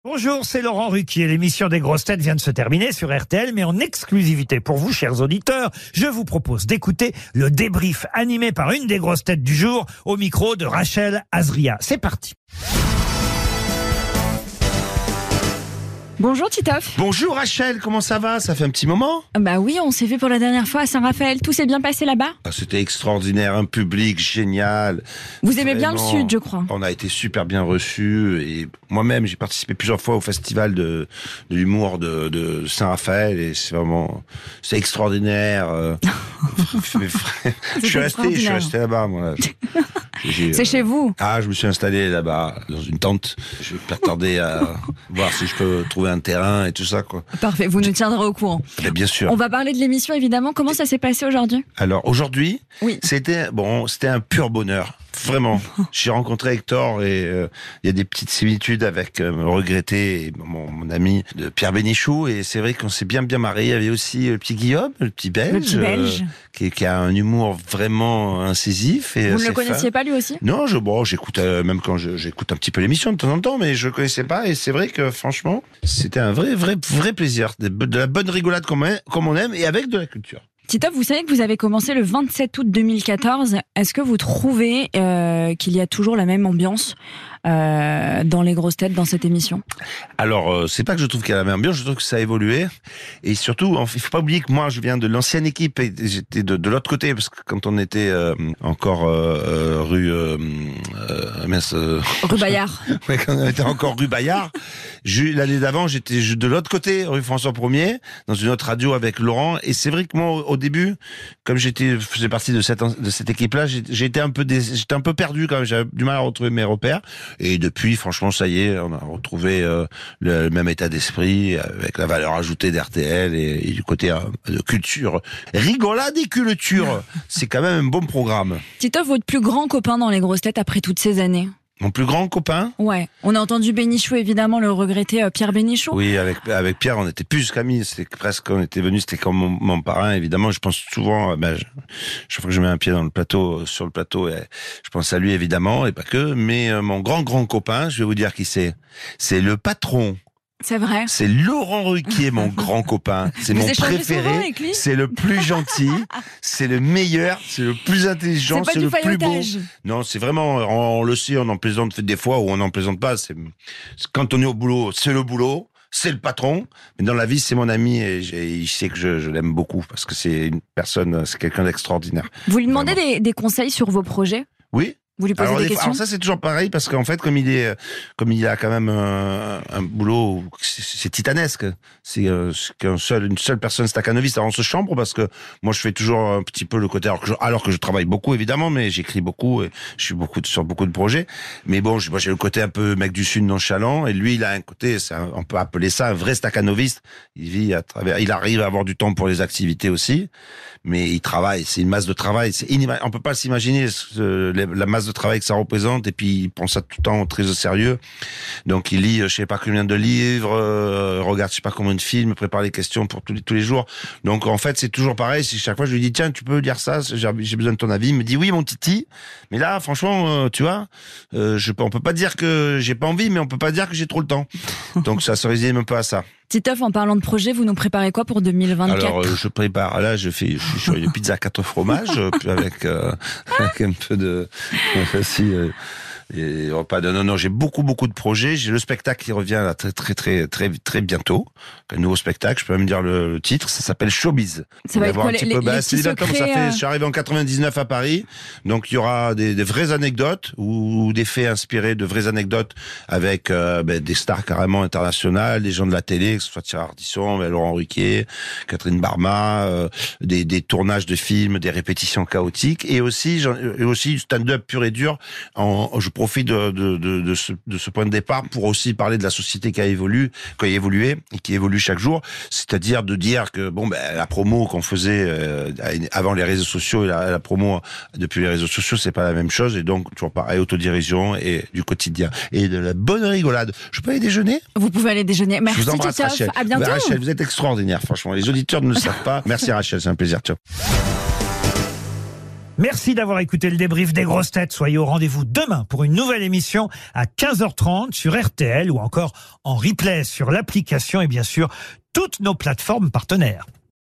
Bonjour, c'est Laurent Ruquier. L'émission des grosses têtes vient de se terminer sur RTL, mais en exclusivité pour vous, chers auditeurs, je vous propose d'écouter le débrief animé par une des grosses têtes du jour au micro de Rachel Azria. C'est parti. Bonjour Titoff. Bonjour Rachel, comment ça va? Ça fait un petit moment? Bah oui, on s'est vu pour la dernière fois à Saint-Raphaël. Tout s'est bien passé là-bas? C'était extraordinaire, un public génial. Vous aimez bien le Vraiment, Sud, je crois. On a été super bien reçus et moi-même j'ai participé plusieurs fois au festival de l'humour de Saint-Raphaël et c'est extraordinaire. Je suis resté là-bas moi. C'est chez vous? Ah, je me suis installé là-bas dans une tente. Je vais pas tarder à voir si je peux trouver un terrain et tout ça quoi. Parfait, vous nous tiendrez au courant. Et bien sûr. On va parler de l'émission évidemment. Comment ça s'est passé aujourd'hui? Alors aujourd'hui, Oui. c'était un pur bonheur. Vraiment. J'ai rencontré Hector et il y a des petites similitudes avec le regretté et mon ami de Pierre Bénichou et c'est vrai qu'on s'est bien marré. Il y avait aussi le petit Guillaume, le petit Belge, qui a un humour vraiment incisif. Et vous ne le connaissiez pas lui aussi? Non, j'écoute même quand j'écoute un petit peu l'émission de temps en temps, mais je le connaissais pas et c'est vrai que franchement, c'était un vrai plaisir, de la bonne rigolade comme on aime et avec de la culture. Titoff, vous savez que vous avez commencé le 27 août 2014. Est-ce que vous trouvez qu'il y a toujours la même ambiance dans les grosses têtes dans cette émission? Alors, c'est pas que je trouve qu'il y a la même ambiance, je trouve que ça a évolué. Et surtout, il faut pas oublier que moi, je viens de l'ancienne équipe et j'étais de l'autre côté, parce que quand on était encore rue Bayard. Ouais, quand on était encore rue Bayard, l'année d'avant, j'étais de l'autre côté, rue François 1er, dans une autre radio avec Laurent. Et c'est vrai que moi, au début, comme faisais partie de cette équipe-là, j'étais un peu perdu quand même. J'avais du mal à retrouver mes repères. Et depuis, franchement, ça y est, on a retrouvé le même état d'esprit avec la valeur ajoutée d'RTL et du côté de culture. Rigolade et culture, c'est quand même un bon programme. Titoff, votre plus grand copain dans les grosses têtes après toutes ces années? Mon plus grand copain? Ouais. On a entendu Bénichou, évidemment, le regretté Pierre Bénichou. Oui, avec Pierre, on était plus qu'amis. C'était presque, on était venus, c'était comme mon parrain, évidemment. Je pense souvent, chaque fois que je mets un pied sur le plateau, je pense à lui, évidemment, et pas que. Mais mon grand copain, je vais vous dire qui c'est. C'est le patron. C'est vrai. C'est Laurent Ruquier, mon grand copain. C'est mon préféré. C'est le plus gentil. C'est le meilleur. C'est le plus intelligent. C'est le plus beau. Non, c'est vraiment, on le sait, on en plaisante des fois ou on n'en plaisante pas. Quand on est au boulot, c'est le boulot. C'est le patron. Mais dans la vie, c'est mon ami et il sait que je l'aime beaucoup parce que c'est quelqu'un d'extraordinaire. Vous lui demandez des conseils sur vos projets? Oui. Vous lui posez des questions? Alors ça c'est toujours pareil parce qu'en fait comme il a quand même un boulot, c'est titanesque. C'est une seule personne staccanoviste en ce chambre parce que moi je fais toujours un petit peu le côté alors que je travaille beaucoup évidemment, mais j'écris beaucoup et je suis sur beaucoup de projets. Mais bon, moi j'ai le côté un peu mec du Sud nonchalant et lui il a un côté, on peut appeler ça un vrai staccanoviste. Il arrive à avoir du temps pour les activités aussi, mais il travaille. C'est une masse de travail. On peut pas s'imaginer la masse de travail que ça représente et puis il prend ça tout le temps très au sérieux. Donc il lit je sais pas combien de livres, regarde je sais pas combien de films, prépare les questions pour tous les jours. Donc en fait c'est toujours pareil, si chaque fois je lui dis tiens tu peux lire ça, j'ai besoin de ton avis, il me dit oui mon titi. Mais là franchement tu vois, on peut pas dire que j'ai pas envie mais on peut pas dire que j'ai trop le temps. Donc ça se résume un peu à ça. Titoff, en parlant de projet, vous nous préparez quoi pour 2024? Alors, je prépare, là, je suis sur une pizza à 4 fromages, avec un peu de, et repas non, j'ai beaucoup de projets. J'ai le spectacle qui revient là très bientôt. Un nouveau spectacle, je peux même dire le titre, ça s'appelle Showbiz. Ça va être quoi, les petits secrets, je suis arrivé en 99 à Paris, donc il y aura des vraies anecdotes ou des faits inspirés de vraies anecdotes avec des stars carrément internationales, des gens de la télé, que ce soit Thierry Ardisson, Laurent Ruquier, Catherine Barma, des tournages de films, des répétitions chaotiques et aussi du stand-up pur et dur. Je profite de ce point de départ pour aussi parler de la société qui a évolué et qui évolue chaque jour. C'est-à-dire de dire que la promo qu'on faisait avant les réseaux sociaux et la promo depuis les réseaux sociaux, c'est pas la même chose. Et donc toujours pareil, autodirision et du quotidien et de la bonne rigolade. Je peux aller déjeuner? Vous pouvez aller déjeuner. Merci je vous embrasse, Rachel. À bientôt. Rachel, vous êtes extraordinaire, franchement. Les auditeurs ne le savent pas. Merci Rachel, c'est un plaisir. Ciao. Merci d'avoir écouté le débrief des grosses têtes. Soyez au rendez-vous demain pour une nouvelle émission à 15h30 sur RTL ou encore en replay sur l'application et bien sûr toutes nos plateformes partenaires.